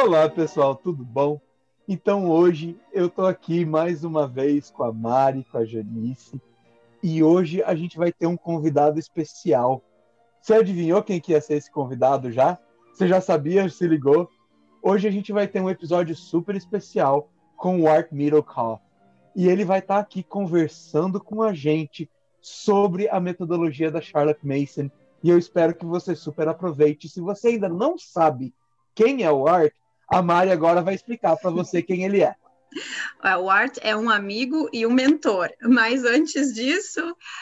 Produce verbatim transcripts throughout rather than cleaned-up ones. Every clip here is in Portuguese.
Olá, pessoal, tudo bom? Então, hoje eu tô aqui mais uma vez com a Mari, com a Janice, e hoje a gente vai ter um convidado especial. Você adivinhou quem que ia ser esse convidado já? Você já sabia? Se ligou? Hoje a gente vai ter um episódio super especial com o Art Middlecoff, e ele vai estar aqui conversando com a gente sobre a metodologia da Charlotte Mason, e eu espero que você super aproveite. Se você ainda não sabe quem é o Art, a Mari agora vai explicar para você quem ele é. O Art é um amigo e um mentor, mas antes disso,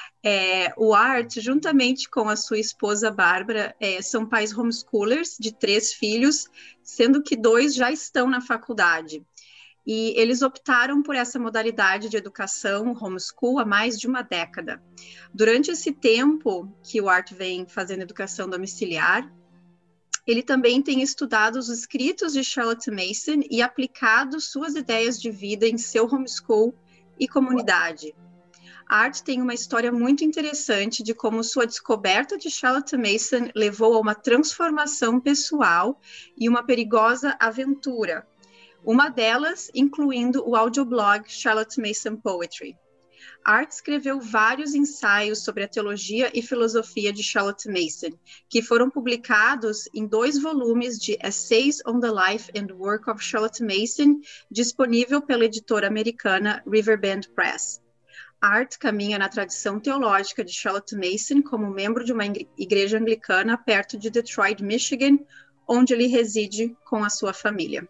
é, o Art, juntamente com a sua esposa Bárbara, é, são pais homeschoolers de três filhos, sendo que dois já estão na faculdade. E eles optaram por essa modalidade de educação homeschool há mais de uma década. Durante esse tempo que o Art vem fazendo educação domiciliar, ele também tem estudado os escritos de Charlotte Mason e aplicado suas ideias de vida em seu homeschool e comunidade. A Art tem uma história muito interessante de como sua descoberta de Charlotte Mason levou a uma transformação pessoal e uma perigosa aventura. Uma delas incluindo o audioblog Charlotte Mason Poetry. Art escreveu vários ensaios sobre a teologia e filosofia de Charlotte Mason, que foram publicados em dois volumes de Essays on the Life and Work of Charlotte Mason, disponível pela editora americana Riverbend Press. Art caminha na tradição teológica de Charlotte Mason como membro de uma igreja anglicana perto de Detroit, Michigan, onde ele reside com a sua família.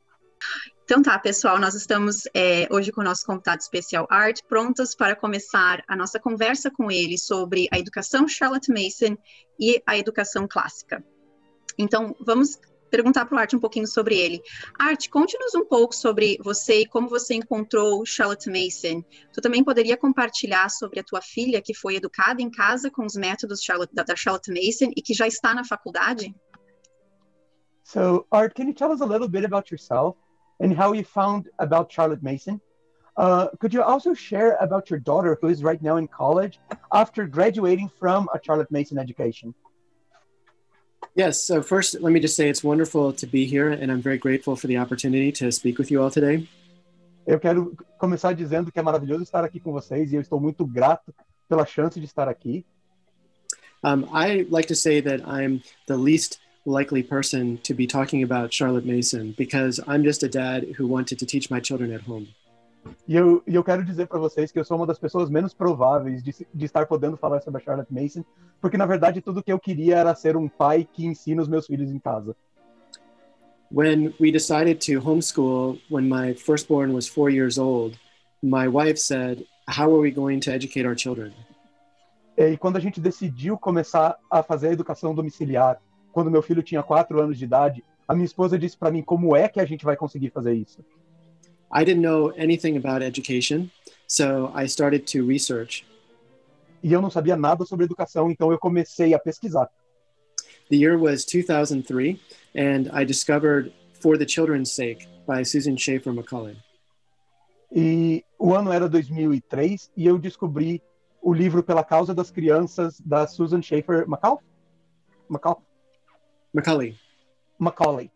Então tá, pessoal, nós estamos é, hoje com o nosso convidado especial Art, prontas para começar a nossa conversa com ele sobre a educação Charlotte Mason e a educação clássica. Então, vamos perguntar para o Art um pouquinho sobre ele. Art, conte-nos um pouco sobre você e como você encontrou Charlotte Mason. Tu também poderia compartilhar sobre a tua filha que foi educada em casa com os métodos Charlotte, da, da Charlotte Mason e que já está na faculdade? So, Art, can you tell us a little bit about yourself and how you found about Charlotte Mason? Uh, could you also share about your daughter who is right now in college after graduating from a Charlotte Mason education? Yes, so first, let me just say it's wonderful to be here, and I'm very grateful for the opportunity to speak with you all today. Eu quero começar dizendo que é maravilhoso estar aqui com vocês e eu estou muito grato pela chance de estar aqui. Um, I like to say that I'm the least likely person to be talking about Charlotte Mason because I'm just a dad who wanted to teach my children at home. E eu, e eu quero dizer para vocês que eu sou uma das pessoas menos prováveis de, de estar podendo falar sobre a Charlotte Mason, porque na verdade tudo que eu queria era ser um pai que ensina os meus filhos em casa. When we decided to homeschool when my firstborn was four years old, my wife said, "How are we going to educate our children?" E quando a gente decidiu começar a fazer a educação domiciliar, quando meu filho tinha quatro anos de idade, a minha esposa disse para mim como é que a gente vai conseguir fazer isso. I didn't know anything about education, so I started to research. E eu não sabia nada sobre educação, então eu comecei a pesquisar. The year was two thousand three, and I discovered For the Children's Sake by Susan Schaefer Macaulay. E o ano era dois mil e três e eu descobri o livro Pela Causa das Crianças da Susan Schaefer Macaulay. Macaulay. Macaulay. Macaulay.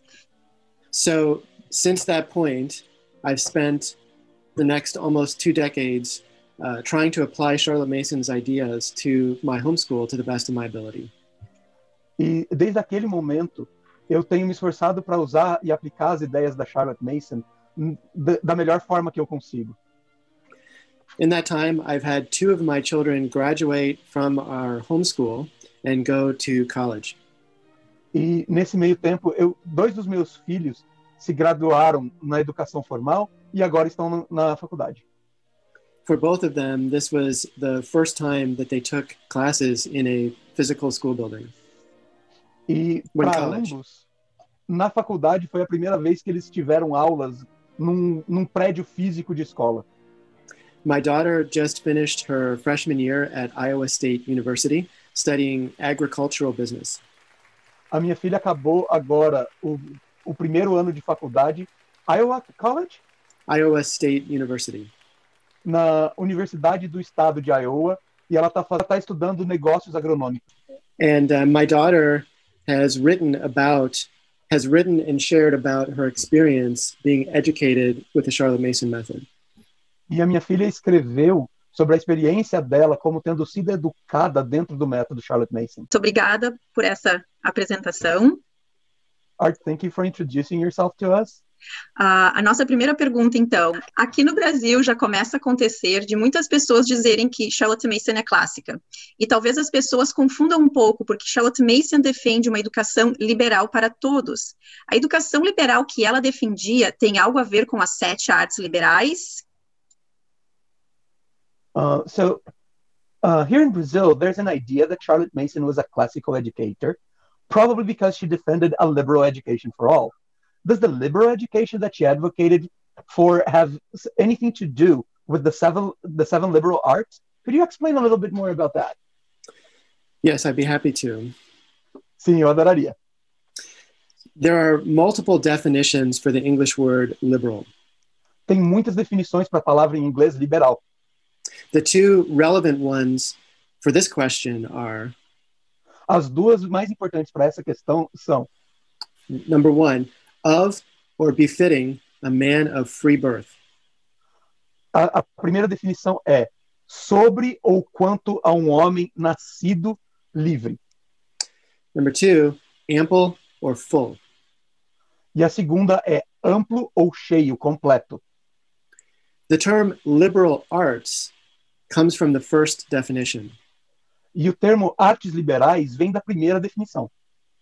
So since that point, I've spent the next almost two decades uh, trying to apply Charlotte Mason's ideas to my homeschool to the best of my ability. E desde aquele momento, eu tenho me esforçado para usar e aplicar as ideias da Charlotte Mason da melhor forma que eu consigo. In that time, I've had two of my children graduate from our homeschool and go to college. E nesse meio tempo, eu, dois dos meus filhos se graduaram na educação formal e agora estão na, na faculdade. For both of them, this was the first time that they took classes in a physical school building. E para ambos, na faculdade foi a primeira vez que eles tiveram aulas num, num prédio físico de escola. My daughter just finished her freshman year at Iowa State University, studying agricultural business. A minha filha acabou agora o, o primeiro ano de faculdade, Iowa College? Iowa State University. Na Universidade do Estado de Iowa, e ela está tá estudando negócios agronômicos. And uh, my daughter has written about has written and shared about her experience being educated with the Charlotte Mason method. E a minha filha escreveu sobre a experiência dela como tendo sido educada dentro do método Charlotte Mason. Muito obrigada por essa apresentação. Art, thank you for introducing yourself to us. Uh, a nossa primeira pergunta, então. Aqui no Brasil já começa a acontecer de muitas pessoas dizerem que Charlotte Mason é clássica. E talvez as pessoas confundam um pouco, porque Charlotte Mason defende uma educação liberal para todos. A educação liberal que ela defendia tem algo a ver com as sete artes liberais? Uh, so, uh, here in Brazil, there's an idea that Charlotte Mason was a classical educator, probably because she defended a liberal education for all. Does the liberal education that she advocated for have anything to do with the seven the seven liberal arts? Could you explain a little bit more about that? Yes, I'd be happy to. Sim, eu adoraria. There are multiple definitions for the English word liberal. Tem muitas definições para a palavra em inglês liberal. The two relevant ones for this question are: As duas mais importantes para essa questão são: number one, of or befitting a man of free birth. A, a primeira definição é sobre ou quanto a um homem nascido livre. Number two, ample or full. E a segunda é amplo ou cheio, completo. The term liberal arts comes from the first definition. E o termo artes liberais vem da primeira definição.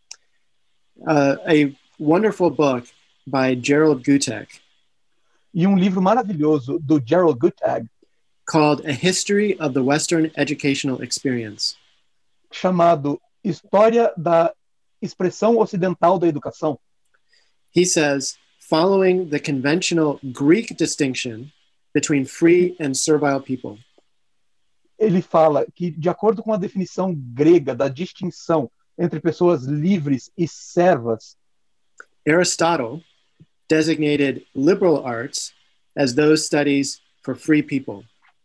Uh, a wonderful book by Gerald Gutek. E um livro maravilhoso do Gerald Gutek, called A History of the Western Educational Experience. Chamado História da Expressão Ocidental da Educação. He says, following the conventional Greek distinction between free and servile people. Ele fala que, de acordo com a definição grega da distinção entre pessoas livres e servas, Aristotle designated liberal arts as those studies for free people.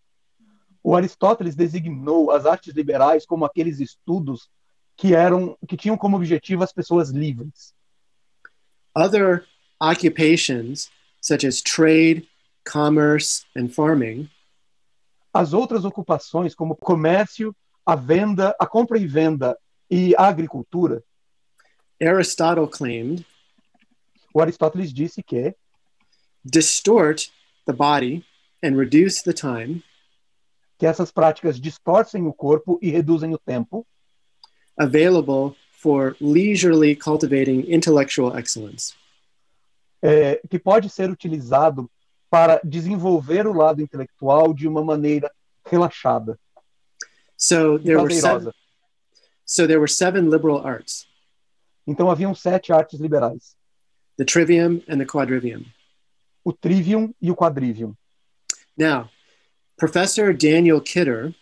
O Aristóteles designou as artes liberais como aqueles estudos que eram que tinham como objetivo as pessoas livres. Other occupations, such as trade, commerce, and farming, as outras ocupações como comércio, a venda, a compra e venda e a agricultura, Aristotle claimed, o Aristóteles disse que distort the body and reduce the time, que essas práticas distorcem o corpo e reduzem o tempo available for leisurely cultivating intellectual excellence. É, que pode ser utilizado para desenvolver o lado intelectual de uma maneira relaxada. So there were seven, so there were seven liberal arts. Então haviam sete artes liberais. The trivium and the quadrivium. O trivium e o quadrivium. Now, Professor Daniel Kidder,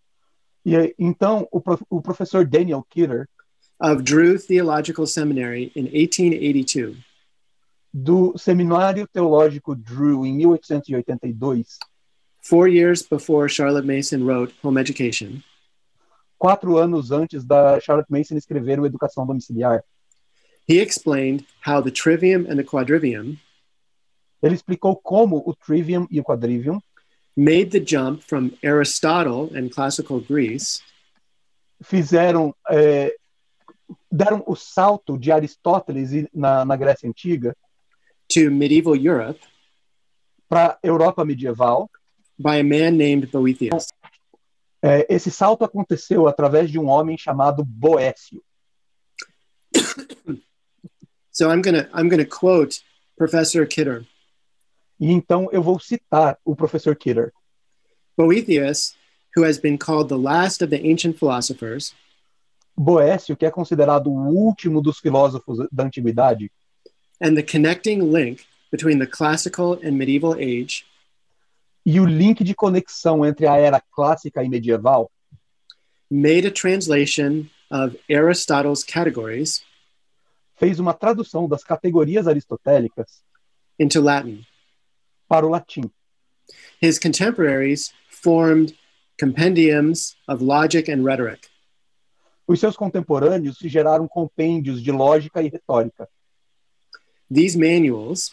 e então o, prof, o professor Daniel Kidder, of Drew Theological Seminary in eighteen eighty-two, do Seminário Teológico Drew em mil oitocentos e oitenta e dois, four years before Charlotte Mason wrote Home Education, quatro anos antes da Charlotte Mason escrever o Educação Domiciliar, he explained how the trivium and the quadrivium, ele explicou como o trivium e o quadrivium made the jump from Aristotle and classical Greece, fizeram é, deram o salto de Aristóteles na, na Grécia Antiga to medieval Europe para a Europa medieval by a man named Boethius. É, esse salto aconteceu através de um homem chamado Boécio. So I'm gonna I'm gonna quote Professor Kidder. E então eu vou citar o professor Kidder. Boethius, who has been called the last of the ancient philosophers, Boécio, que é considerado o último dos filósofos da antiguidade, and the connecting link between the classical and medieval age, e o link de conexão entre a era clássica e medieval, made a translation of Aristotle's categories, fez uma tradução das categorias aristotélicas into Latin. Para o latim. His contemporaries formed compendiums of logic and rhetoric. Os seus contemporâneos geraram compêndios de lógica e retórica. These manuals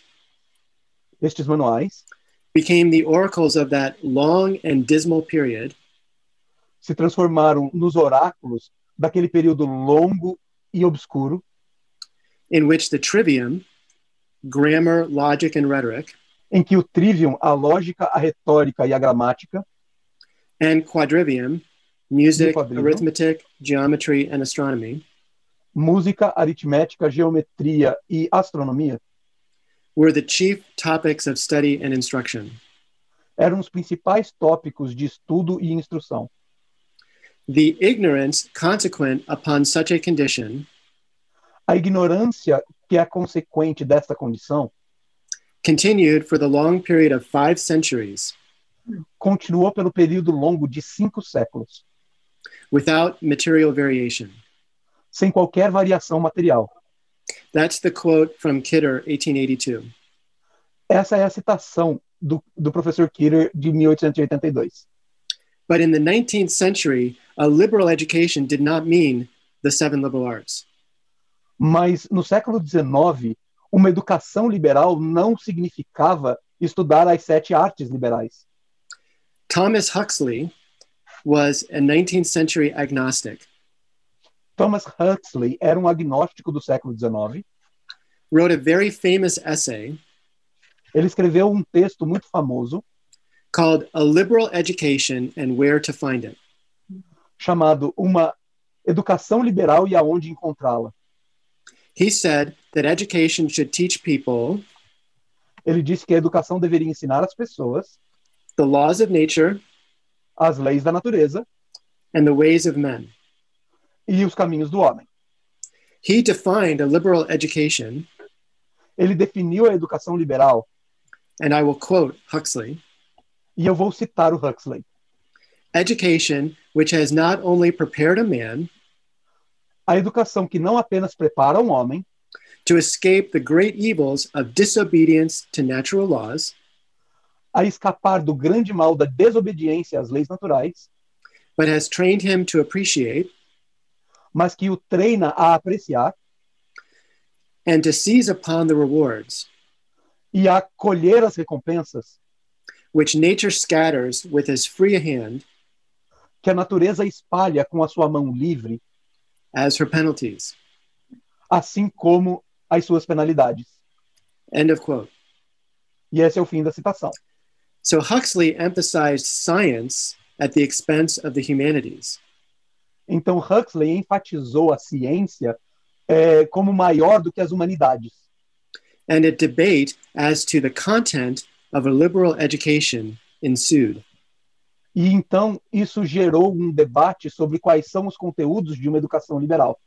Estes manuais became the oracles of that long and dismal period se transformaram nos oráculos daquele período longo e obscuro, in which the trivium, grammar, logic, and rhetoric, em que o trivium, a lógica, a retórica e a gramática, and quadrivium, music, quadrivium. arithmetic, geometry, and astronomy, música, aritmética, geometria e astronomia, were the chief topics of study and instruction. eram os principais tópicos de estudo e instrução. The ignorance consequent upon such a condition A ignorância que é consequente desta condição continued for the long period of five centuries continuou pelo período longo de cinco séculos, without material variation. sem qualquer variação material. That's the quote from Kidder, eighteen eighty-two. Essa é a citação do, do professor Kidder de mil oitocentos e oitenta e dois. But in the nineteenth century, a liberal education did not mean the seven liberal arts. Mas no século dezenove, uma educação liberal não significava estudar as sete artes liberais. Thomas Huxley was a nineteenth century agnostic, Thomas Huxley era um agnóstico do século dezenove. wrote a very famous essay Ele escreveu um texto muito famoso called A Liberal Education and Where to Find It. chamado Uma Educação Liberal e Aonde Encontrá-la. He said that education should teach people Ele disse que a educação deveria ensinar as pessoas the laws of nature as leis da natureza and the ways of men. e os caminhos do homem. He defined a liberal education, Ele definiu a educação liberal, and I will quote Huxley, e eu vou citar o Huxley. education which has not only prepared a man A educação que não apenas prepara um homem to escape the great evils of disobedience to natural laws, a escapar do grande mal da desobediência às leis naturais, but has trained him to appreciate mas que o treina a apreciar and to seize upon the rewards e a colher as recompensas which nature scatters with as free a hand que a natureza espalha com a sua mão livre, as her penalties. assim como as suas penalidades. End of quote. E esse é o fim da citação. So Huxley emphasized science at the expense of the humanities. Então Huxley enfatizou a ciência é, como maior do que as humanidades. And a debate as to the content of a liberal education ensued. E então isso gerou um debate sobre quais são os conteúdos de uma educação liberal.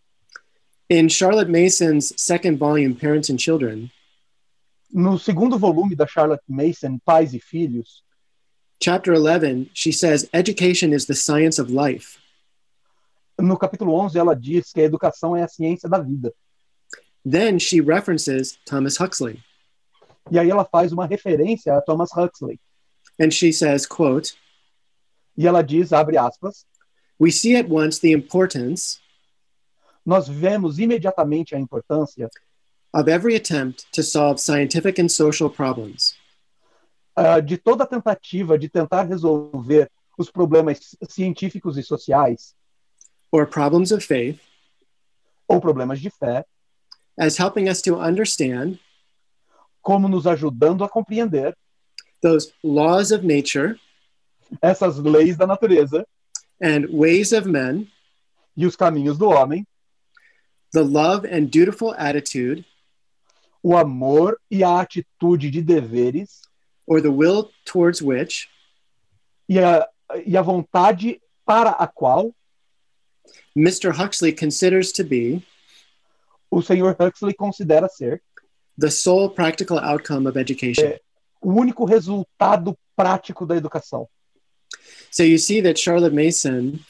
In Charlotte Mason's second volume, Parents and Children, No segundo volume da Charlotte Mason, Pais e Filhos, chapter eleven, she says, education is the science of life. no capítulo onze, ela diz que a educação é a ciência da vida. Then she references Thomas Huxley. E aí ela faz uma referência a Thomas Huxley. And she says, quote, E ela diz, abre aspas, we see at once the importance nós vemos imediatamente a importância of every attempt to solve scientific and social problems, uh, de toda tentativa de tentar resolver os problemas científicos e sociais or problems of faith, ou problemas de fé, as helping us to understand como nos ajudando a compreender those laws of nature essas leis da natureza and ways of men, e os caminhos do homem, the love and dutiful attitude o amor e a atitude de deveres or the will towards which e a, e a vontade para a qual Mister Huxley considers to be o senhor Huxley considera ser the sole practical outcome of education. é, o único resultado prático da educação. So you see that Charlotte Mason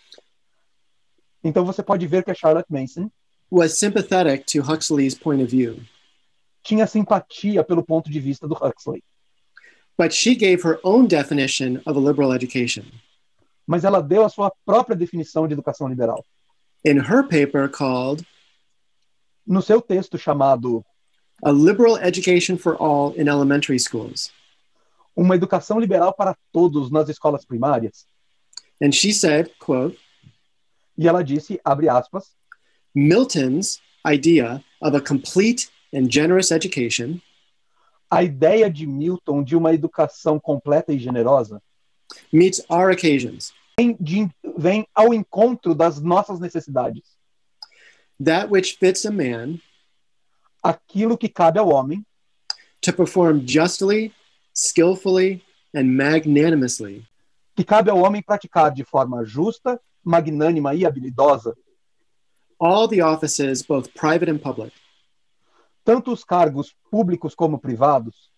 Então você pode ver que a Charlotte Mason was sympathetic to Huxley's point of view, tinha simpatia pelo ponto de vista do Huxley, but she gave her own definition of a liberal education mas ela deu a sua própria definição de educação liberal. in her paper called No seu texto chamado a liberal education for all in elementary schools. Uma educação liberal para todos nas escolas primárias. And she said, quote, E ela disse, abre aspas, Milton's idea of a complete and generous education a ideia de Milton de uma educação completa e generosa meets our occasions. vem, de, vem ao encontro das nossas necessidades. That which fits a man Aquilo que cabe ao homem to perform justly, skillfully, and magnanimously que cabe ao homem praticar de forma justa, magnânima e habilidosa all the offices, both private and public, tanto os cargos públicos como privados,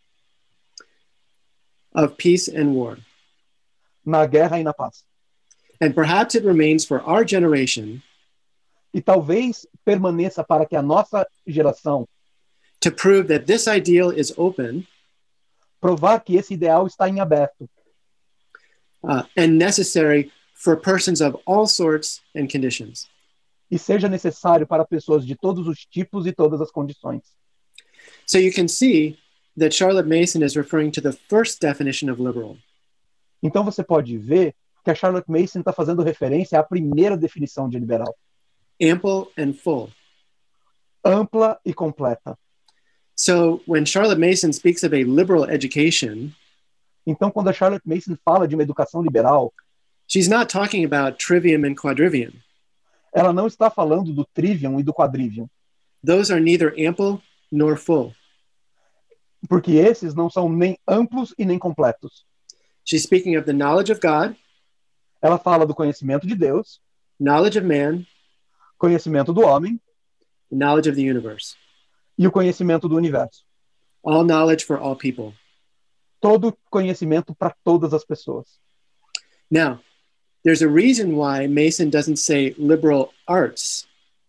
of peace and war. na guerra e na paz. And perhaps it remains for our generation E talvez permaneça para que a nossa geração to prove that this ideal is open provar que esse ideal está em aberto uh, and necessary for persons of all sorts and conditions. e seja necessário para pessoas de todos os tipos e todas as condições. So you can see that Charlotte Mason is referring to the first definition of liberal. Então você pode ver que a Charlotte Mason está fazendo referência à primeira definição de liberal, Ample and full. ampla e completa. So when Charlotte Mason speaks of a liberal education, Então, quando a Charlotte Mason fala de uma educação liberal, she's not talking about trivium and quadrivium. ela não está falando do trivium e do quadrivium, Those are neither ample nor full. porque esses não são nem amplos e nem completos. She's speaking of the knowledge of God, Ela fala do conhecimento de Deus, knowledge of man, conhecimento do homem knowledge of the universe. e o conhecimento do universo. All knowledge for all people. Todo conhecimento para todas as pessoas. Now, there's a reason why Mason doesn't say liberal arts.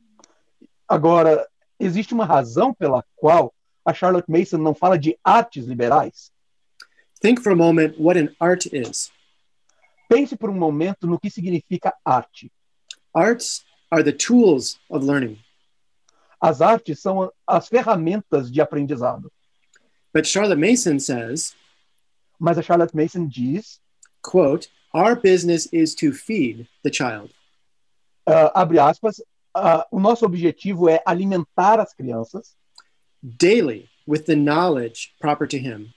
Agora, existe uma razão pela qual a Charlotte Mason não fala de artes liberais? Think for a moment what an art is. Pense por um momento no que significa arte. Arts are the tools of learning. As artes são as ferramentas de aprendizado. But Charlotte Mason says, Mas a Charlotte Mason diz, quote, our business is to feed the child. uh, abre aspas, uh, o nosso objetivo é alimentar as crianças daily with the knowledge proper to him.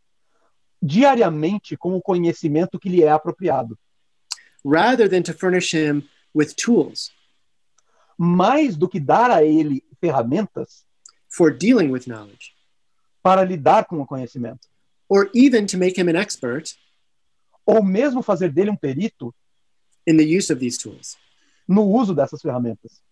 diariamente com o conhecimento que lhe é apropriado, rather than to furnish him with tools mais do que dar a ele ferramentas for dealing with knowledge, para lidar com o conhecimento, or even to make him an expert ou mesmo fazer dele um perito in the use of these tools. no uso dessas ferramentas.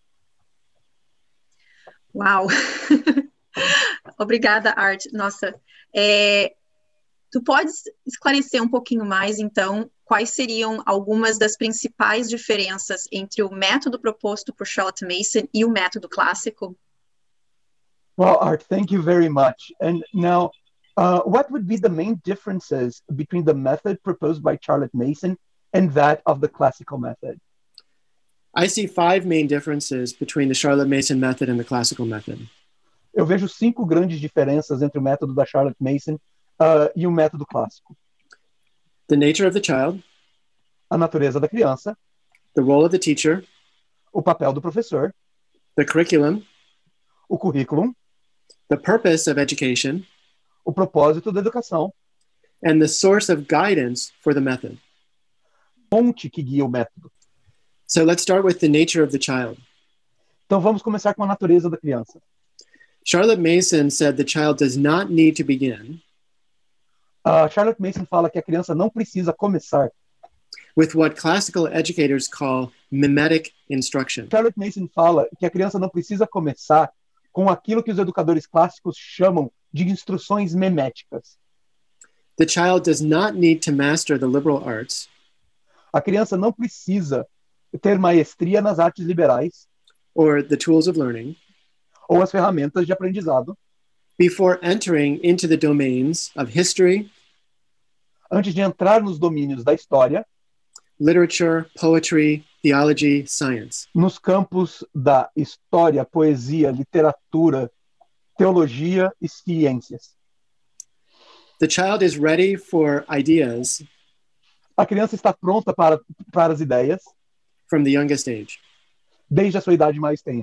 Uau! Obrigada, Art. Nossa, é, tu podes esclarecer um pouquinho mais, então, quais seriam algumas das principais diferenças entre o método proposto por Charlotte Mason e o método clássico? Well, Art, thank you very much. And now, uh, what would be the main differences between the method proposed by Charlotte Mason and that of the classical method? I see five main differences between the Charlotte Mason method and the classical method. Eu vejo cinco grandes diferenças entre o método da Charlotte Mason uh, e o método clássico. The nature of the child, A natureza da criança, the role of the teacher, o papel do professor, the curriculum, o currículo, the purpose of education, o propósito da educação, and the source of guidance for the method. fonte que guia o método. So let's start with the nature of the child. Então vamos começar com a natureza da criança. Charlotte Mason said the child does not need to begin A Charlotte Mason fala que a criança não precisa começar. with what classical educators call mimetic instruction. Charlotte Mason fala que a criança não precisa começar com aquilo que os educadores clássicos chamam de instruções meméticas. The child does not need to master the liberal arts A criança não precisa ter maestria nas artes liberais or the tools of learning ou as ferramentas de aprendizado before entering into the domains of history, antes de entrar nos domínios da história, literature, poetry, theology, science. nos campos da história, poesia, literatura, teologia e ciências. The child is ready for ideas A criança está pronta para, para as ideias from the youngest age. desde a sua idade mais tenra.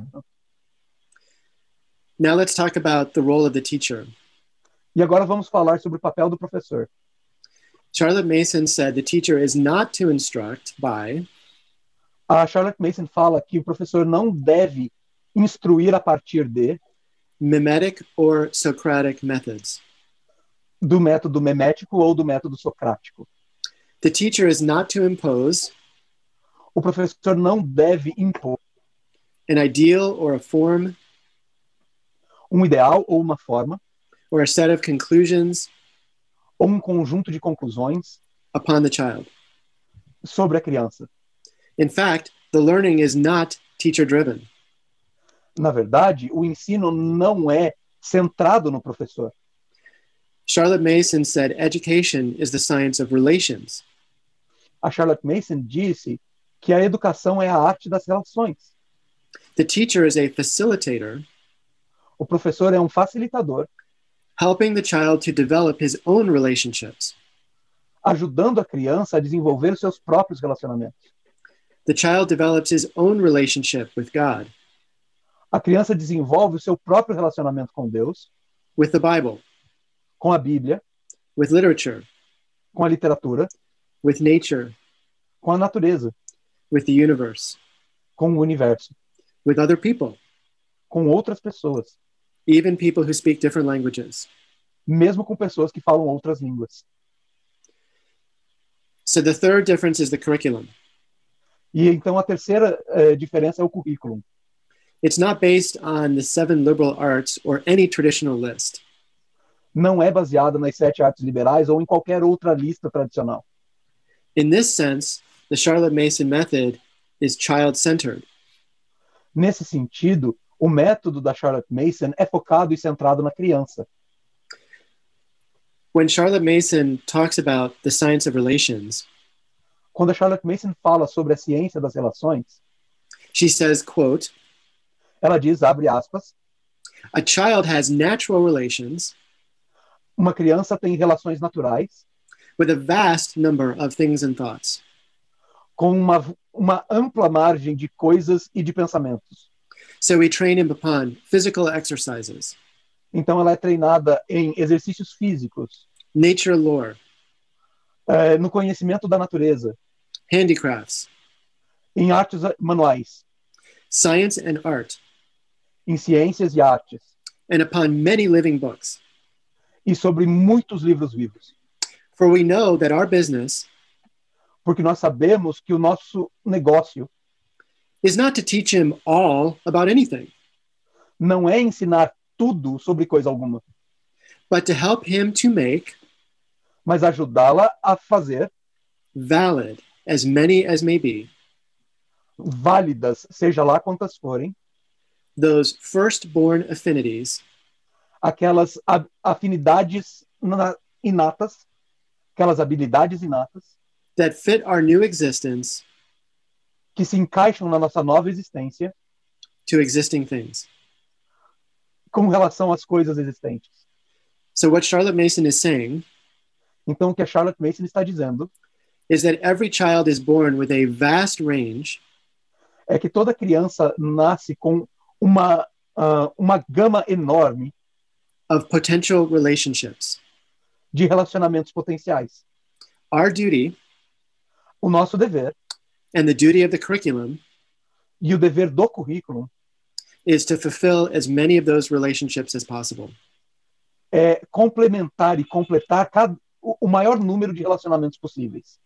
Now let's talk about the role of the teacher. E agora vamos falar sobre o papel do professor. Charlotte Mason said the teacher is not to instruct by A Charlotte Mason fala que o professor não deve instruir a partir de mimetic or Socratic methods. do método memético ou do método socrático. The teacher is not to impose O professor não deve impor an ideal or a form um ideal ou uma forma or a set of conclusions ou um conjunto de conclusões upon the child. sobre a criança. In fact, the learning is not teacher-driven. Na verdade, o ensino não é centrado no professor. Charlotte Mason said education is the science of relations. A Charlotte Mason disse que a educação é a arte das relações. The teacher is a facilitator, O professor é um facilitador, helping the child to develop his own relationships. ajudando a criança a desenvolver os seus próprios relacionamentos. The child develops his own relationship with God, A criança desenvolve o seu próprio relacionamento com Deus, with the Bible, com a Bíblia, with literature, com a literatura, with nature, com a natureza, with the universe, com o universo, with other people, com outras pessoas, even people who speak different languages. mesmo com pessoas que falam outras línguas. So the third difference is the curriculum. E então a terceira eh, diferença é o currículo. It's not based on the seven liberal arts or any traditional list. Não é baseada nas sete artes liberais ou em qualquer outra lista tradicional. In this sense, the Charlotte Mason method is child-centered. Nesse sentido, o método da Charlotte Mason é focado e centrado na criança. When Charlotte Mason talks about the science of relations, Quando a Charlotte Mason fala sobre a ciência das relações, she says, quote, ela diz, abre aspas, a child has natural relations uma criança tem relações naturais with a vast number of things and thoughts. com uma, uma ampla margem de coisas e de pensamentos. So we train him upon physical exercises, Então ela é treinada em exercícios físicos, nature lore, eh, no conhecimento da natureza, handicrafts, em artes manuais, science and art, em ciências e artes, and upon many living books. e sobre muitos livros vivos. For we know that our business Porque nós sabemos que o nosso negócio is not to teach him all about anything, não é ensinar tudo sobre coisa alguma, but to help him to make mas ajudá-la a fazer valid as many as may be válidas, seja lá quantas forem, those firstborn affinities aquelas afinidades inatas, aquelas habilidades inatas that fit our new existence que se encaixam na nossa nova existência to existing things. com relação às coisas existentes. So what Charlotte Mason is saying Então, o que a Charlotte Mason está dizendo is that every child is born with a vast range é que toda criança nasce com uma, uh, uma gama enorme of potential relationships. de relacionamentos potenciais. Our duty O nosso dever and the duty of the curriculum e o dever do currículo is to fulfill as many of those relationships as possible. é complementar e completar cada, o maior número de relacionamentos possíveis.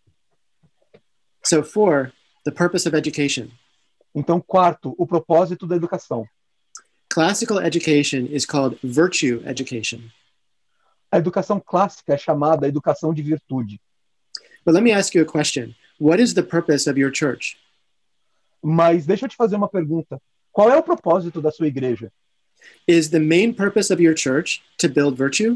So four, the purpose of education. Então, quarto, o propósito da educação. Classical education is called virtue education. A educação clássica é chamada educação de virtude. But let me ask you a question. What is the purpose of your church? Mas deixa eu te fazer uma pergunta. Qual é o propósito da sua igreja? Is the main purpose of your church to build virtue?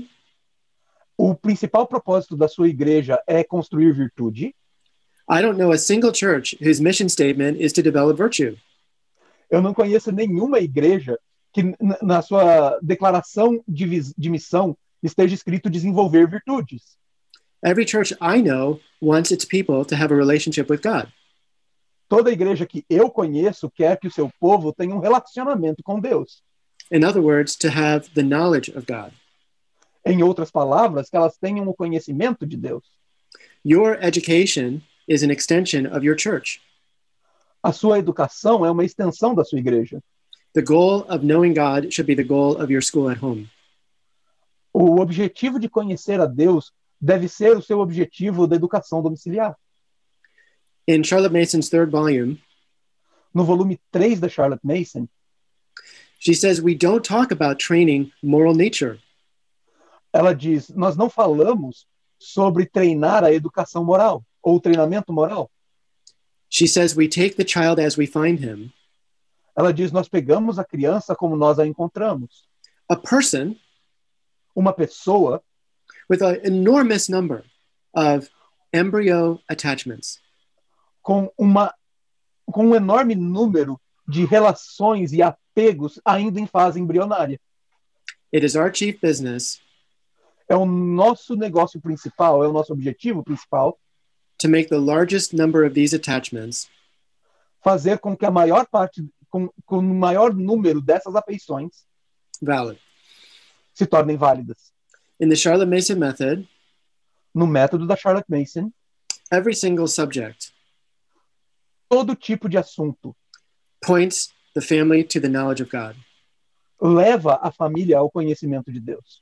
O principal propósito da sua igreja é construir virtude? I don't know a single church whose mission statement is to develop virtue. Eu não conheço nenhuma igreja que n- na sua declaração de, vis- de missão esteja escrito desenvolver virtudes. Every church I know wants its people to have a relationship with God. Toda igreja que eu conheço quer que o seu povo tenha um relacionamento com Deus. In other words, to have the knowledge of God. Em outras palavras, que elas tenham o conhecimento de Deus. Your education is an extension of your church. A sua educação é uma extensão da sua igreja. The goal of knowing God should be the goal of your school at home. O objetivo de conhecer a Deus deve ser o seu objetivo da educação domiciliar. In Charlotte Mason's third volume, No volume três da Charlotte Mason, she says we don't talk about training moral nature. ela diz, nós não falamos sobre treinar a educação moral, ou treinamento moral. She says we take the child as we find him. Ela diz, nós pegamos a criança como nós a encontramos. A person Uma pessoa with an enormous number of embryo attachments. com, uma, com um enorme número de relações e apegos ainda em fase embrionária. It is our chief business É o nosso negócio principal, é o nosso objetivo principal, to make the largest number of these attachments fazer com que a maior parte, com, com o maior número dessas afeições valid. se tornem válidas. In the Charlotte Mason method, No método da Charlotte Mason, every single subject todo tipo de assunto points the family to the knowledge of God. leva a família ao conhecimento de Deus.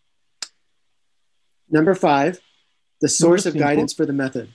Number five, the source of cinco. guidance for the method.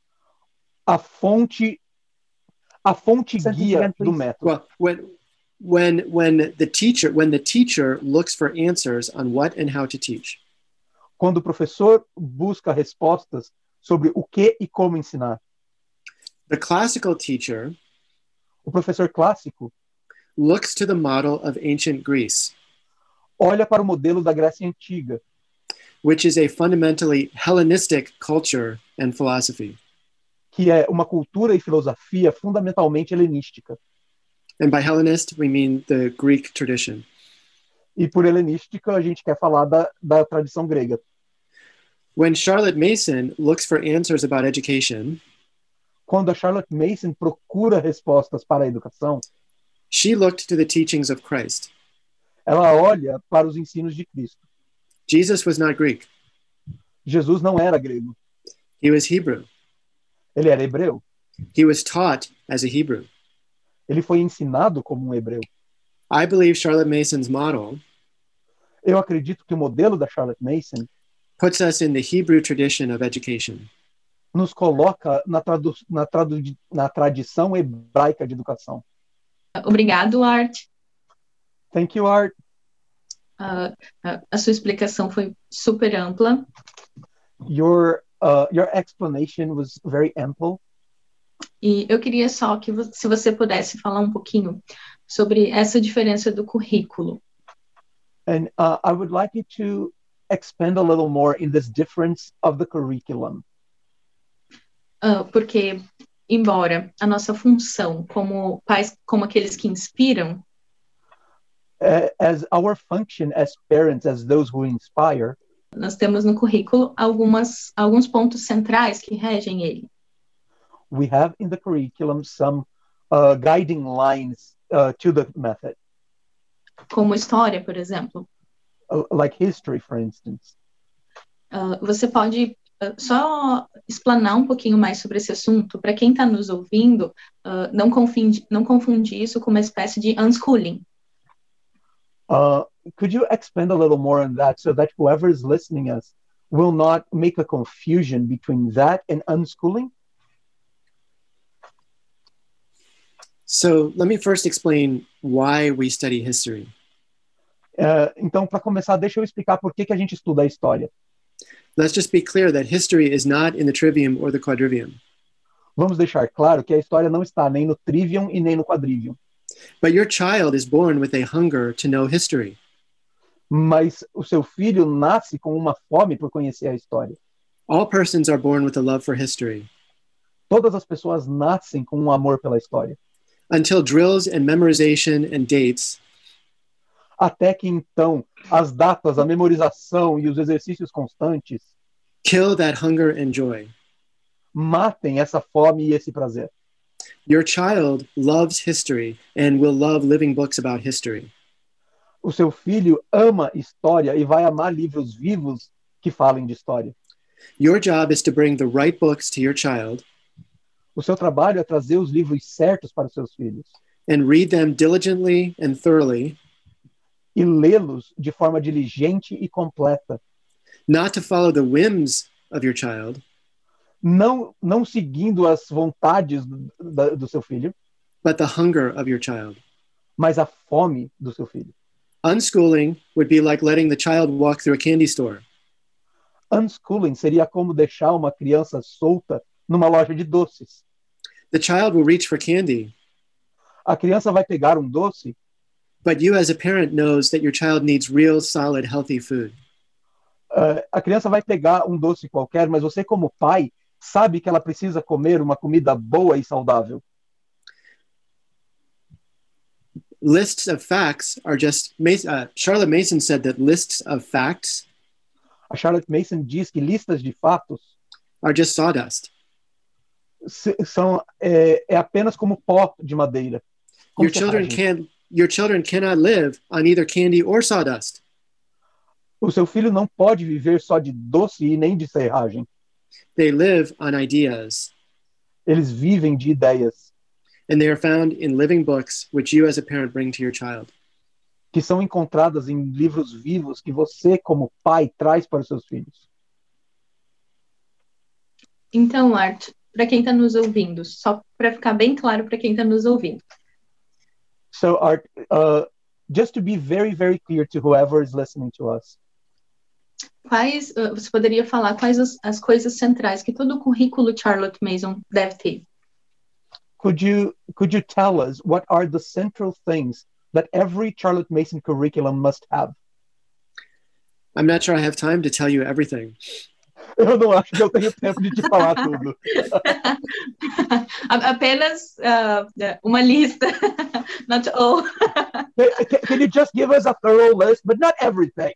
A fonte a fonte guia do método. Well, when when when the teacher when the teacher looks for answers on what and how to teach, Quando o professor busca respostas sobre o que e como ensinar. the classical teacher O professor clássico looks to the model of ancient Greece, olha para o modelo da Grécia Antiga, which is a fundamentally Hellenistic culture and philosophy. que é uma cultura e filosofia fundamentalmente helenística. And by Hellenist, we mean the Greek tradition. E por helenística, a gente quer falar da, da tradição grega. When Charlotte Mason looks for answers about education, Quando a Charlotte Mason procura respostas para a educação, she looked to the teachings of Christ. ela olha para os ensinos de Cristo. Jesus was not Greek. Jesus não era grego, He was Hebrew. ele era hebreu. He was taught as a Hebrew. Ele foi ensinado como um hebreu. I believe Charlotte Mason's model Eu acredito que o modelo da Charlotte Mason puts us in the Hebrew tradition of education. nos coloca na, tradu na, tradu na tradição hebraica de educação. Obrigado, Art. Thank you, Art. Uh, a, a sua explicação foi super ampla. Your, uh, your explanation was very ample. E eu queria só que, vo- se você pudesse falar um pouquinho sobre essa diferença do currículo. And uh, I would like you to expand a little more in this difference of the curriculum. Uh, porque, embora a nossa função como pais, como aqueles que inspiram, Uh, as our function as parents, as those who inspire, nós temos no currículo algumas, alguns pontos centrais que regem ele. we have in the curriculum some uh, guiding lines uh, to the method, Como história, por exemplo. uh, like history, for instance. Uh, você pode uh, só explanar um pouquinho mais sobre esse assunto para quem está nos ouvindo, uh, não confundir não confundir isso com uma espécie de unschooling. Uh, could you expand a little more on that so that whoever is listening us will not make a confusion between that and unschooling? So let me first explain why we study history. Uh, então, para começar, deixa eu explicar por que, que a gente estuda a história. Let's just be clear that history is not in the trivium or the quadrivium. Vamos deixar claro que a história não está nem no trivium e nem no quadrivium. But your child is born with a hunger to know history. Mas o seu filho nasce com uma fome por conhecer a história. All persons are born with a love for history. Todas as pessoas nascem com um amor pela história. Until drills and memorization and dates até que então as datas, a memorização e os exercícios constantes kill that hunger and joy. matem essa fome e esse prazer. Your child loves history and will love living books about history. O seu filho ama história e vai amar livros vivos que falem de história. Your job is to bring the right books to your child O seu trabalho é trazer os livros certos para os seus filhos and read them diligently and thoroughly, e lê-los de forma diligente e completa, not to follow the whims of your child, não, não seguindo as vontades do, da- do seu filho, but the hunger of your child. mas a fome do seu filho. Unschooling would be like letting the child walk through a candy store. Unschooling seria como deixar uma criança solta numa loja de doces. The child will reach for candy, A criança vai pegar um doce, but you as a parent knows that your child needs real, solid, healthy food. uh, a criança vai pegar um doce qualquer, mas você como pai sabe que ela precisa comer uma comida boa e saudável. Lists of facts are just, uh, Charlotte Mason said that lists of facts A Charlotte Mason diz que listas de fatos are just sawdust. se- são é, é apenas como pó de madeira. Como Your children serragem. can't, your children cannot live on either candy or sawdust. O seu filho não pode viver só de doce e nem de serragem. They live on ideas, Eles vivem de ideias and they are found in living books which you as a parent bring to your child. que são encontradas em livros vivos que você, como pai, traz para os seus filhos. Então, Art, para quem está nos ouvindo, só para ficar bem claro para quem está nos ouvindo, So, Art, uh, just to be very, very clear to whoever is listening to us, quais uh, você poderia falar quais as, as coisas centrais que todo o currículo Charlotte Mason deve ter? could you could you tell us what are the central things that every Charlotte Mason curriculum must have? I'm not sure I have time to tell you everything. Eu não acho que eu tenho tempo de te falar tudo. A- Apenas uh, uma lista, not all. Can, can- can you just give us a thorough list, but not everything?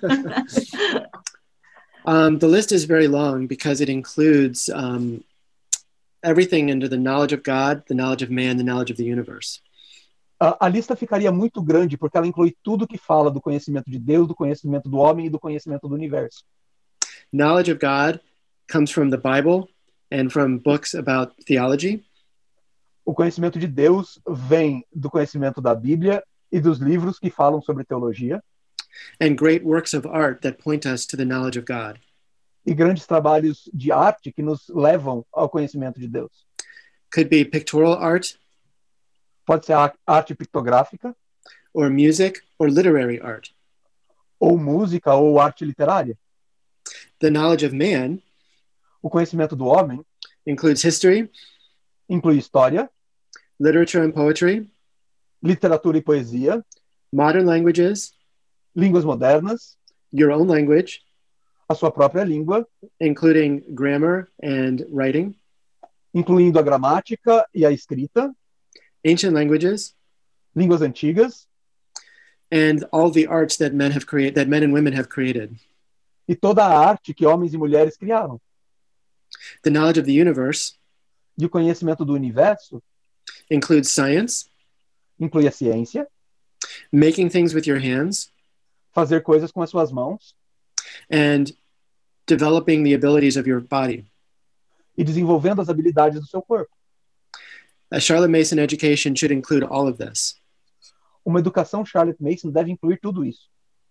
Um, the list is very long because it includes um, everything into the knowledge of God, the knowledge of man, the knowledge of the universe. A, a lista ficaria muito grande porque ela inclui tudo que fala do conhecimento de Deus, do conhecimento do homem e do conhecimento do universo. Knowledge of God comes from the Bible and from books about theology. O conhecimento de Deus vem do conhecimento da Bíblia e dos livros que falam sobre teologia And great works of art that point us to the knowledge of God. e grandes trabalhos de arte que nos levam ao conhecimento de Deus. Could be pictorial art Pode ser a- arte pictográfica, or music or literary art. ou música, ou arte literária. The knowledge of man O conhecimento do homem includes history, inclui história, literature and poetry, literatura e poesia, modern languages, línguas modernas, your own language, a sua própria língua, including grammar and writing, incluindo a gramática e a escrita, ancient languages, línguas antigas and all the arts that men have created, that men and women have created. e toda a arte que homens e mulheres criaram. The knowledge of the universe E o conhecimento do universo includes science, inclui a ciência, making things with your hands, fazer coisas com as suas mãos and developing the abilities of your body. e desenvolvendo as habilidades do seu corpo. A Charlotte Mason education should include all of this. Uma educação Charlotte Mason deve incluir tudo isso.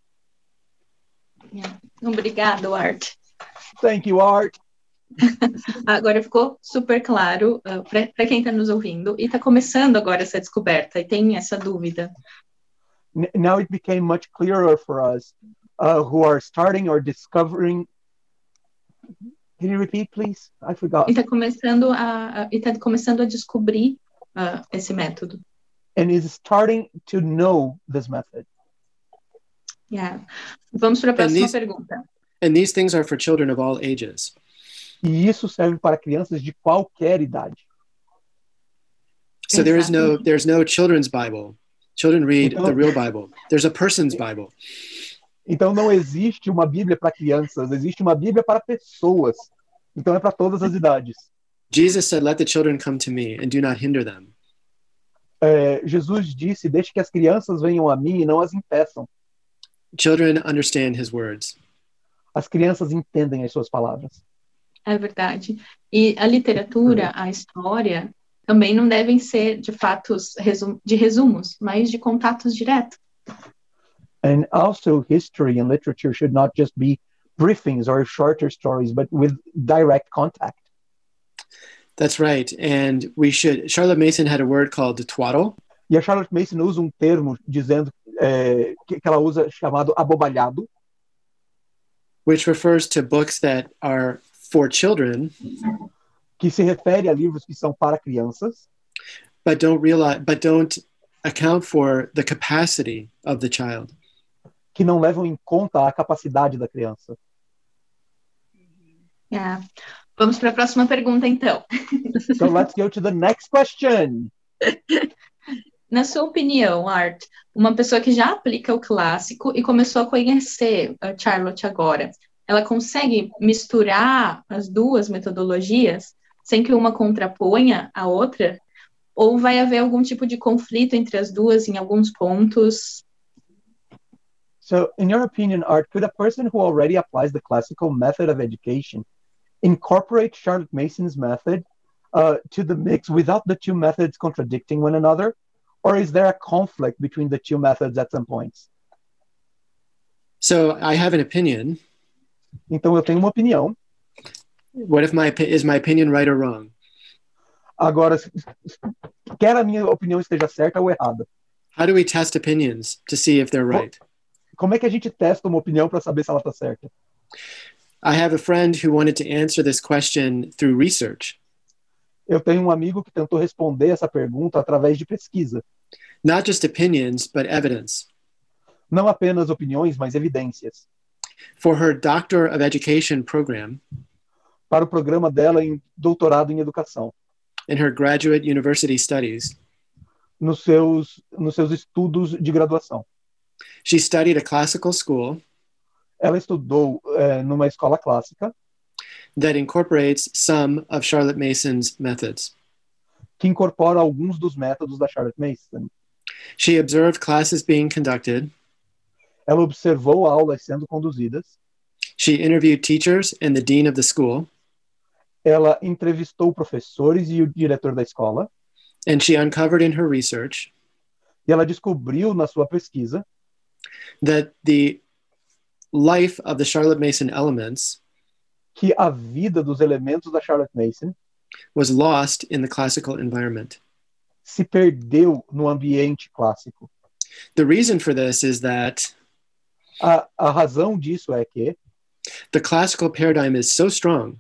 Obrigado, Art. Thank you, Art. Agora ficou super claro uh, para quem está nos ouvindo e está começando agora essa descoberta e tem essa dúvida. N- now it became much clearer for us uh, who are starting or discovering. Can you repeat, please? I forgot. E está começando a, a, e tá começando a descobrir uh, esse método. And is starting to know this method. Yeah. Vamos para a próxima these- pergunta. And these things are for children of all ages. E isso serve para crianças de qualquer idade. So there is no there's no children's Bible. Children read Então- the real Bible. There's a person's Bible. Então não existe uma Bíblia para crianças, existe uma Bíblia para pessoas. Então é para todas as idades. Jesus said, "Let the children come to me and do not hinder them." É, Jesus disse, deixe que as crianças venham a mim e não as impeçam. Children understand his words. As crianças entendem as suas palavras. É verdade. E a literatura, a história, também não devem ser de fatos resum- de resumos, mas de contatos diretos. And also history and literature should not just be briefings or shorter stories, but with direct contact. That's right. And we should, Charlotte Mason had a word called twaddle, E a Charlotte Mason usa um termo dizendo é, que, que ela usa chamado abobalhado, which refers to books that are for children, que se refere a livros que são para crianças, but don't realize, but don't account for the capacity of the child. que não levam em conta a capacidade da criança. É. Vamos para a próxima pergunta, então. So let's go to the next question. Na sua opinião, Art, uma pessoa que já aplica o clássico e começou a conhecer a Charlotte agora, ela consegue misturar as duas metodologias sem que uma contraponha a outra? Ou vai haver algum tipo de conflito entre as duas em alguns pontos? So in your opinion, Art, could a person who already applies the classical method of education incorporate Charlotte Mason's method uh, to the mix without the two methods contradicting one another? Or is there a conflict between the two methods at some points? So I have an opinion. Então eu tenho uma opinião. What if my, opi- is my opinion right or wrong? Agora, quer a minha opinião esteja certa ou errada. How do we test opinions to see if they're right? Como é que a gente testa uma opinião para saber se ela está certa? I have a friend who wanted to answer this question through research, Eu tenho um amigo que tentou responder essa pergunta através de pesquisa. not just opinions, but evidence. Não apenas opiniões, mas evidências. For her Doctor of Education program Para o programa dela em doutorado em educação. in her graduate university studies, Nos seus, nos seus estudos de graduação. she studied a classical school Ela estudou é, numa escola clássica that incorporates some of Charlotte Mason's methods. que incorpora alguns dos métodos da Charlotte Mason. She observed classes being conducted. Ela observou aulas sendo conduzidas. She interviewed teachers and the dean of the school, Ela entrevistou professores e o diretor da escola. and she uncovered in her research E ela descobriu na sua pesquisa that the life of the Charlotte Mason elements que a vida dos elementos da Charlotte Mason was lost in the classical environment. se perdeu no ambiente clássico. The reason for this is that A, a razão disso é que the classical paradigm is so strong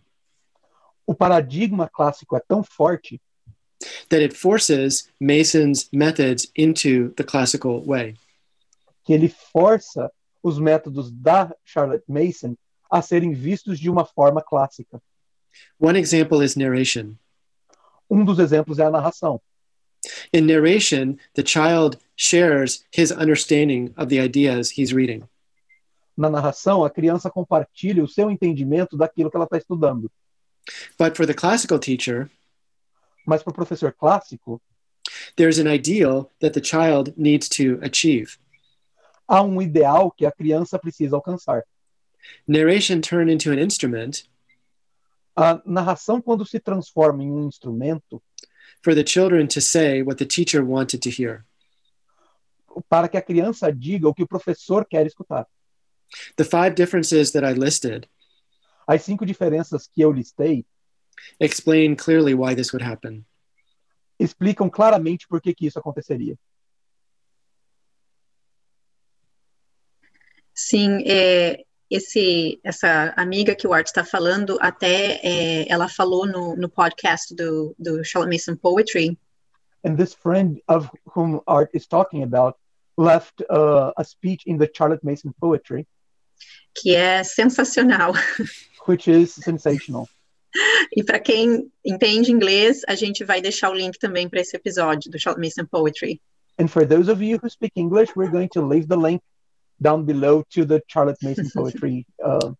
o paradigma clássico é tão forte that it forces Mason's methods into the classical way. que ele força os métodos da Charlotte Mason a serem vistos de uma forma clássica. One example is narration. Um dos exemplos é a narração. In narration, the child shares his understanding of the ideas he's reading. Na narração, a criança compartilha o seu entendimento daquilo que ela está estudando. But for the classical teacher, Mas para o professor clássico, there's an ideal that the child needs to achieve. há um ideal que a criança precisa alcançar. Narration turned into an instrument A narração, quando se transforma em um instrumento for the children to say what the teacher wanted to hear. para que a criança diga o que o professor quer escutar. The five differences that I listed As cinco diferenças que eu listei explain clearly why this would happen. explicam claramente por que, que isso aconteceria. Sim, é, esse, essa amiga que o Art está falando, até é, ela falou no, no podcast do, do Charlotte Mason Poetry, And this friend of whom Art is talking about left uh, a speech in the Charlotte Mason Poetry, que é sensacional. which is sensational. E para quem entende inglês, a gente vai deixar o link também para esse episódio do Charlotte Mason Poetry. And for those of you who speak English, we're going to leave the link down below to the Charlotte Mason Poetry. Uh,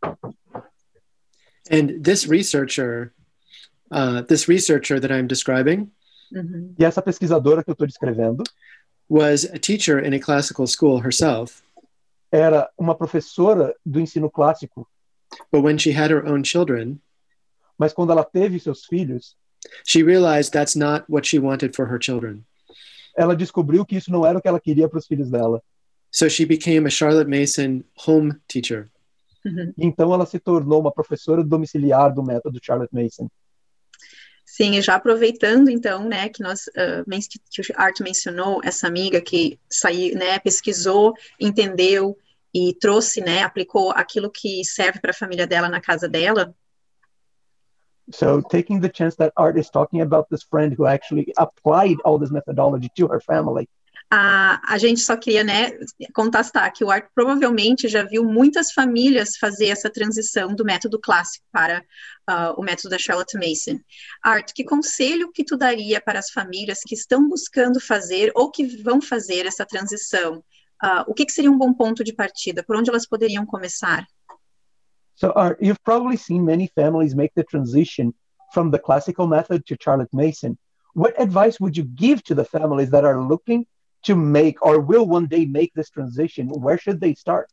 and this researcher, uh, this researcher that I'm describing, Uhum. e essa pesquisadora que eu estou descrevendo was a teacher in a classical school herself. era uma professora do ensino clássico, But when she had her own children, mas quando ela teve seus filhos, she realized that's not what she wanted for her children. ela descobriu que isso não era o que ela queria para os filhos dela. So she became a Charlotte Mason home teacher. Uhum. Então ela se tornou uma professora domiciliar do método Charlotte Mason. Sim, e já aproveitando então, né, que nós uh, men- que o Art mencionou essa amiga que saiu, né, pesquisou, entendeu e trouxe, né, aplicou aquilo que serve para a família dela na casa dela. So taking the chance that Art is talking about this friend who actually applied all this methodology to her family. A, a gente só queria, né, contestar que o Art provavelmente já viu muitas famílias fazer essa transição do método clássico para uh, o método da Charlotte Mason. Art, que conselho que tu daria para as famílias que estão buscando fazer ou que vão fazer essa transição? Uh, o que, que seria um bom ponto de partida? Por onde elas poderiam começar? So Art, you've probably seen many families make the transition from the classical method to Charlotte Mason. What advice would you give to the families that are looking to make or will one day make this transition? Where should they start?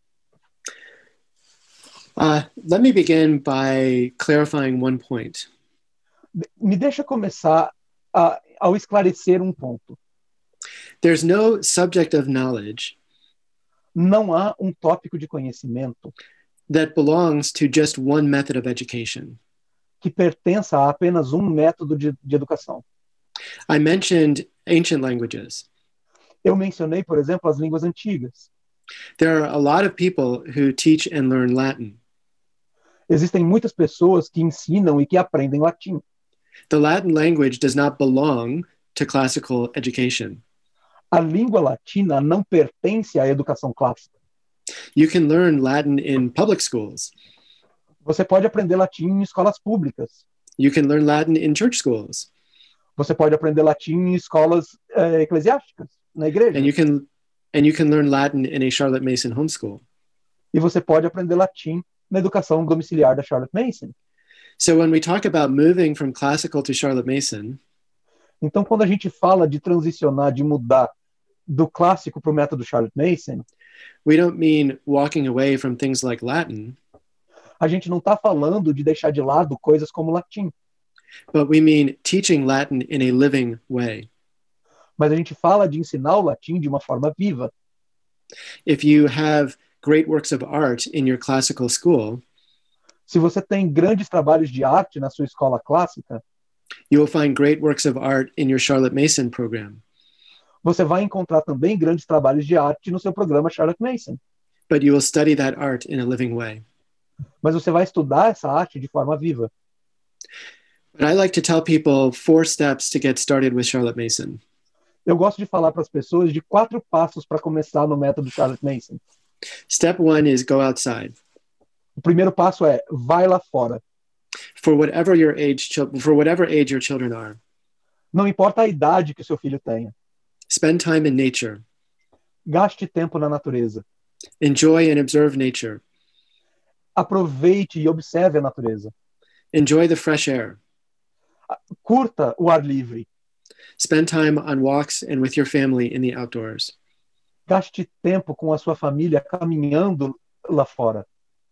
Uh, let me begin by clarifying one point. Me deixa começar a, ao esclarecer um ponto. There's no subject of knowledge Não há um tópico de conhecimento that belongs to just one method of education. que pertença a apenas um método de, de educação. I mentioned ancient languages. Eu mencionei, por exemplo, as línguas antigas. There are a lot of people who teach and learn Latin. Existem muitas pessoas que ensinam e que aprendem latim. The Latin language does not belong to classical education. A língua latina não pertence à educação clássica. You can learn Latin in public schools. Você pode aprender latim em escolas públicas. You can learn Latin in church schools. Você pode aprender latim em escolas eh, eclesiásticas, na igreja. And you can and you can learn Latin in a Charlotte Mason homeschool. E você pode aprender latim na educação domiciliar da Charlotte Mason. So when we talk about moving from classical to Charlotte Mason, Então, quando a gente fala de transicionar, de mudar do clássico para o método Charlotte Mason, we don't mean walking away from things like Latin, a gente não está falando de deixar de lado coisas como latim, but we mean teaching Latin in a living way. mas a gente fala de ensinar o latim de uma forma viva. If you have great works of art in your classical school, Se você tem grandes trabalhos de arte na sua escola clássica, you will find great works of art in your Charlotte Mason program. você vai encontrar também grandes trabalhos de arte no seu programa Charlotte Mason. But you will study that art in a living way. Mas você vai estudar essa arte de forma viva. But I like to tell people four steps to get started with Charlotte Mason. Eu gosto de falar para as pessoas de quatro passos para começar no método Charlotte Mason. Step one is go outside. O primeiro passo é vai lá fora. For whatever your age, chil- for whatever age your children are, Não importa a idade que o seu filho tenha. spend time in nature. Gaste tempo na natureza. Enjoy and observe nature. Aproveite e observe a natureza. Enjoy the fresh air. Curta o ar livre. Spend time on walks and with your family in the outdoors. Gaste tempo com a sua família caminhando lá fora.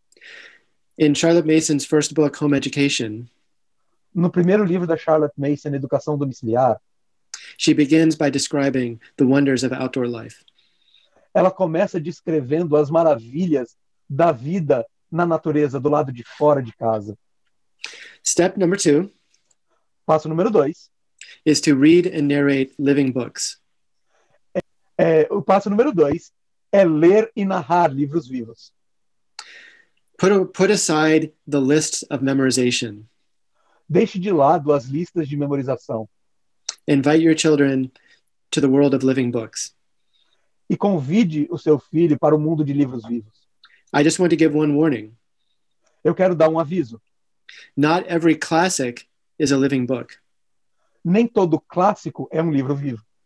In Charlotte Mason's first book, Home Education, No primeiro livro da Charlotte Mason, Educação Domiciliar, she begins by describing the wonders of outdoor life. ela começa descrevendo as maravilhas da vida na natureza, do lado de fora de casa. Step number two Passo número dois. is to read and narrate living books. É, o passo número dois é ler e narrar livros vivos. Put, put aside the lists of memorization. Deixe de lado as listas de memorização Invite your children to the world of living books. e convide o seu filho para o mundo de livros vivos. I just want to give one warning. Eu quero dar um aviso. Not every classic is a living book. Nem todo clássico é um livro vivo.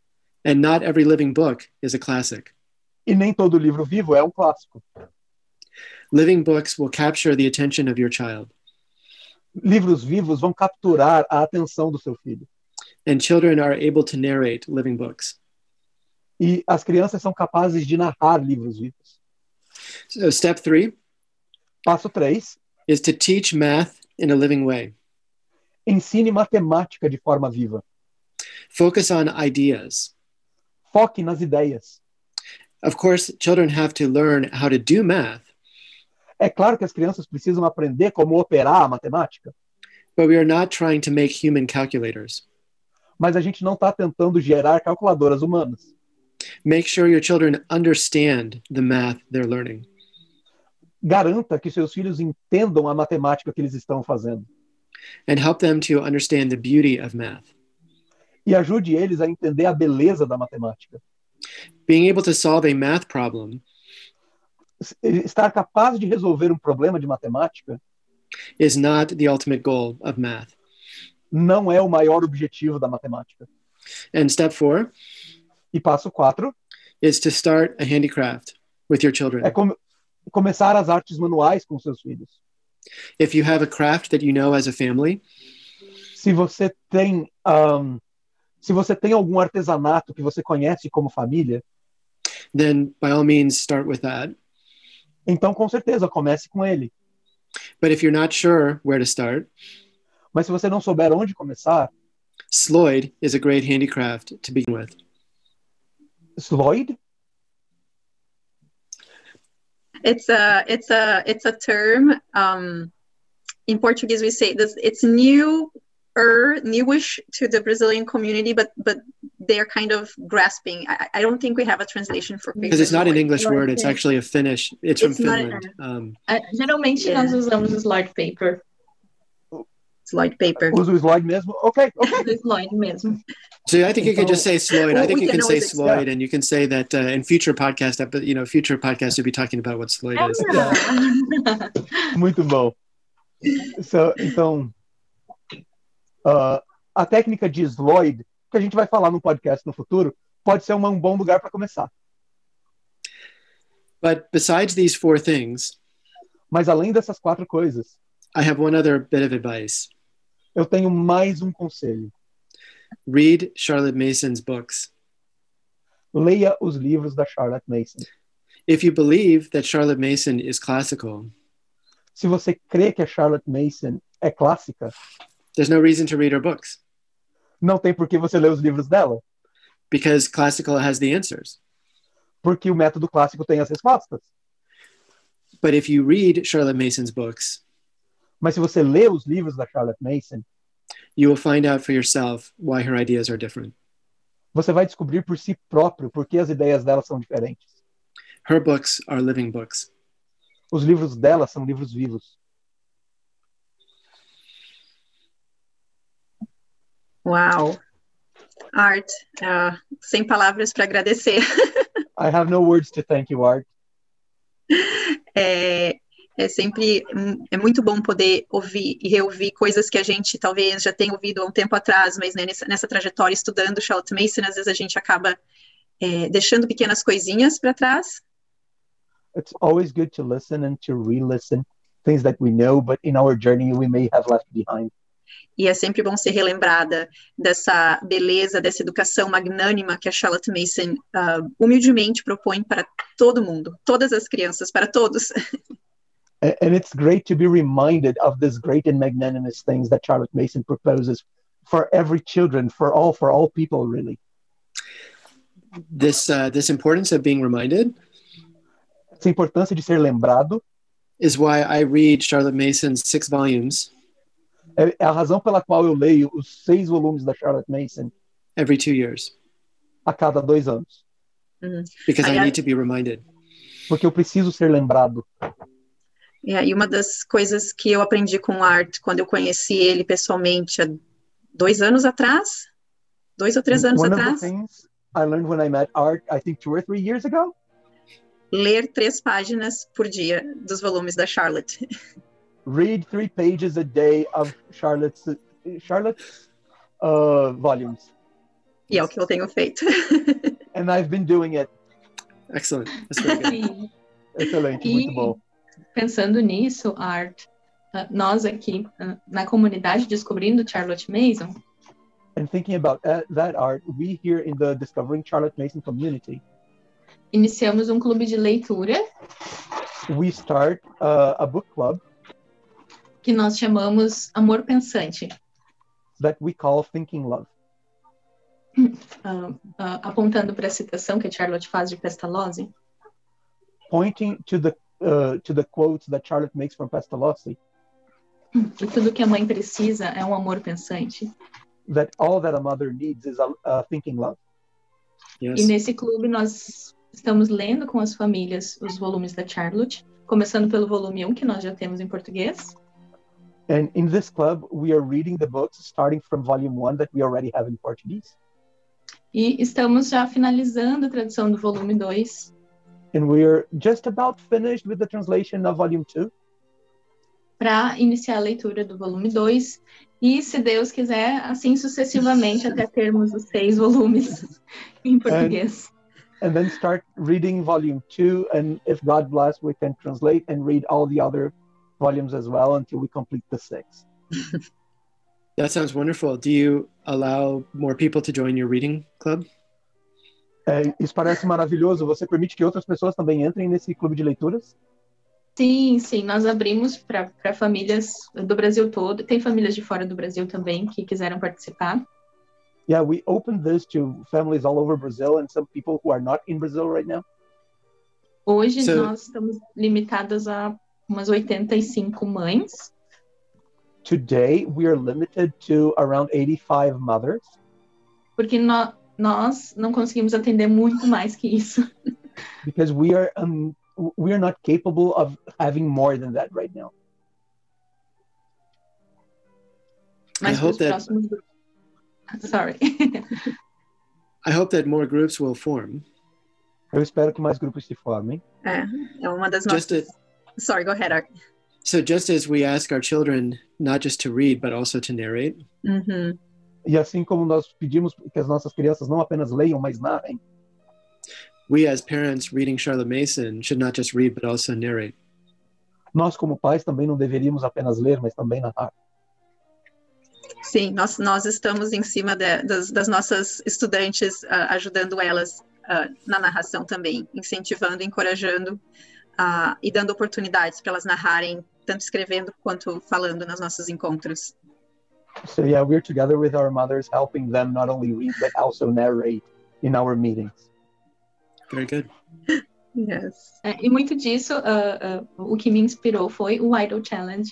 And not every living book is a classic. E nem todo livro vivo é um clássico. Living books will capture the attention of your child. Livros vivos vão capturar a atenção do seu filho. And children are able to narrate living books. E as crianças são capazes de narrar livros vivos. So step three Passo três. is to teach math in a living way. Ensine matemática de forma viva. Focus on ideas. Foque nas ideias. Of course, children have to learn how to do math, É claro que as crianças precisam aprender como operar a matemática, but we are not trying to make human calculators. mas a gente não está tentando gerar calculadoras humanas. Make sure your children understand the math they're learning. Garanta que seus filhos entendam a matemática que eles estão fazendo. And help them to understand the beauty of math. E ajude eles a entender a beleza da matemática. Being able to solve a math problem Estar capaz de resolver um problema de matemática is not the ultimate goal of math. não é o maior objetivo da matemática. And step four E passo quatro is to start a handicraft with your children. é com- começar as artes manuais com seus filhos. If you have a craft that you know as a family, Se você tem um, se você tem algum artesanato que você conhece como família, then by all means start with that. então com certeza comece com ele. But if you're not sure where to start, Mas se você não souber onde começar, Sloyd is a great handicraft to begin with. Sloyd It's a it's a it's a term. Um, in Portuguese, we say this. It's new or newish to the Brazilian community, but but they're kind of grasping. I, I don't think we have a translation for Because it's not an paperboard. English word, it's actually a Finnish, it's from It's not- Finland. Um, Ah, geralmente Yeah. nós usamos slide paper. Slide paper. usa o Sloyd mesmo? Ok, ok. Slide mesmo. so I think you could just say Sloyd. I Well, think we you can can say always- Sloyd, and you can say that uh, in future podcast, epi- you know, future podcasts, you'll be talking about what Sloyd is. Muito bom. So, então, uh, a técnica de Sloyd, que a gente vai falar no podcast no futuro, pode ser uma- um bom lugar para começar. But besides these four things, Mas além dessas quatro coisas, I have one other bit of advice. eu tenho mais um conselho. Read Charlotte Mason's books. Leia os livros da Charlotte Mason. If you believe that Charlotte Mason is classical, Se você crê que a Charlotte Mason é clássica, there's no reason to read her books não tem por que você ler os livros dela, because classical has the answers. porque o método clássico tem as respostas. But if you read Charlotte Mason's books, Mas se você lê os livros da Charlotte Mason, you will find out for yourself why her ideas are different. você vai descobrir por si próprio por que as ideias dela são diferentes. Her books are living books. Os livros dela são livros vivos. Wow. Art, uh, sem palavras para agradecer. I have no words to thank you, Art. É, é sempre é muito bom poder ouvir e reouvir coisas que a gente talvez já tenha ouvido há um tempo atrás, mas né, nessa, nessa trajetória estudando Charlotte Mason, às vezes a gente acaba é, deixando pequenas coisinhas para trás. It's always good to listen and to re-listen things that we know, but in our journey we may have left behind. E é sempre bom ser relembrada dessa beleza, dessa educação magnânima que a Charlotte Mason uh, humildemente propõe para todo mundo, todas as crianças, para todos. And it's great to be reminded of this great and magnanimous things that Charlotte Mason proposes for every children, for all, for all people, really. This uh, this importance of being reminded Essa importância de ser lembrado is why I read Charlotte Mason's six volumes é a razão pela qual eu leio os seis volumes da Charlotte Mason every two years a cada dois anos, Uhum. because I Aliás- need to be reminded. porque eu preciso ser lembrado. É, e uma das coisas que eu aprendi com o Art, quando eu conheci ele pessoalmente há dois anos atrás, dois ou três anos One atrás, of the things I learned when I met Art, I think two or three years ago, ler três páginas por dia dos volumes da Charlotte. read three pages a day of Charlotte's Charlotte's uh, volumes. E é o que eu tenho feito. And I've been doing it. Excellent. That's very good. E, Excelente, e muito bom. pensando nisso, Art, uh, nós aqui uh, na comunidade Descobrindo Charlotte Mason, And thinking about that, that Art, we here in the Discovering Charlotte Mason community, iniciamos um clube de leitura we start uh, a book club que nós chamamos Amor Pensante, that we call Thinking Love. uh, uh, apontando para a citação que a Charlotte faz de Pestalozzi, Pointing to the uh, to the quotes that Charlotte makes from Pestalozzi, e tudo que a mãe precisa é um amor pensante. that all that a mother needs is a, a thinking love. Yes. E nesse clube nós estamos lendo com as famílias os volumes da Charlotte, começando pelo volume um, que nós já temos em português, And in this club, we are reading the books starting from volume one that we already have in Portuguese. e estamos já finalizando a tradução do volume dois, And we're just about finished with the translation of volume two. para iniciar a leitura do volume dois, e, se Deus quiser, assim sucessivamente, até termos os seis volumes em português. And then start reading volume two. And if God bless, we can translate and read all the other volumes as well until we complete the six. That sounds wonderful. Do you allow more people to join your reading club? É, isso parece maravilhoso. Você permite que outras pessoas também entrem nesse clube de leituras? Sim, sim, nós abrimos para famílias do Brasil todo, tem famílias de fora do Brasil também que quiseram participar. Yeah, we opened this to families all over Brazil and some people who are not in Brazil right now. Hoje So- nós estamos limitadas a umas oitenta e cinco mães, Today, we are limited to around eighty-five mothers porque nó- nós não conseguimos atender muito mais que isso. because we are um, we are not capable of having more than that right now. Mas I para hope os that- próximos grupos. Sorry. I hope that more groups will form. Eu espero que mais grupos se formem. É, é uma das Just nossas... Sorry, go ahead, Art. So just as we ask our children not just to read, but also to narrate, Uhum. E assim como nós pedimos que as nossas crianças não apenas leiam, mas narrem, we as parents reading Charlotte Mason should not just read, but also narrate. nós como pais também não deveríamos apenas ler, mas também narrar. Sim, nós, nós estamos em cima de- das, das nossas estudantes, ah, ajudando elas ah, na narração também, incentivando, encorajando ah, e dando oportunidades para elas narrarem, tanto escrevendo quanto falando nos nossos encontros. So yeah, we're together with our mothers, helping them not only read, but also narrate in our meetings. Very good. Yes. É, e muito disso, ah, ah, o que me inspirou foi o Idle Challenge,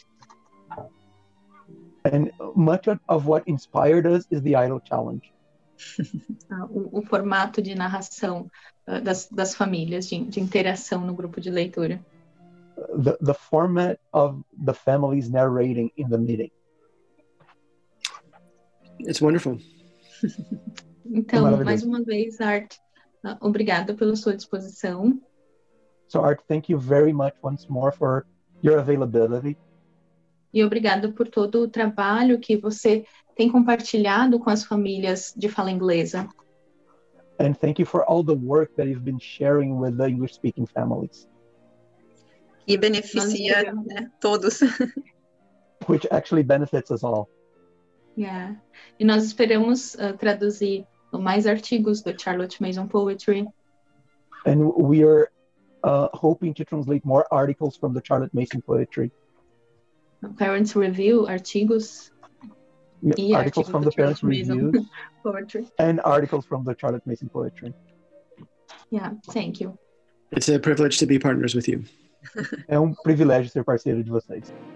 And much of- of what inspired us is the Idle Challenge. ah, o, o formato de narração ah, das, das famílias, de, de interação no grupo de leitura. The, the format of the families narrating in the meeting. It's wonderful. Então, Maravilhoso. mais uma vez, Art, ah, obrigada pela sua disposição. So Art, thank you very much once more for your availability. E obrigada por todo o trabalho que você tem compartilhado com as famílias de fala inglesa. And thank you for all the work that you've been sharing with the English-speaking families, E beneficia, esperamos. né, todos. which actually benefits us all. Yeah. E nós esperamos ah, traduzir mais artigos do Charlotte Mason Poetry, And we are uh, hoping to translate more articles from the Charlotte Mason poetry, Parents Review, artigos e articles artigos from do the parents' Charlotte Mason reviews, Poetry. and articles from the Charlotte Mason poetry. Yeah, thank you. It's a privilege to be partners with you. É um privilégio ser parceiro de vocês.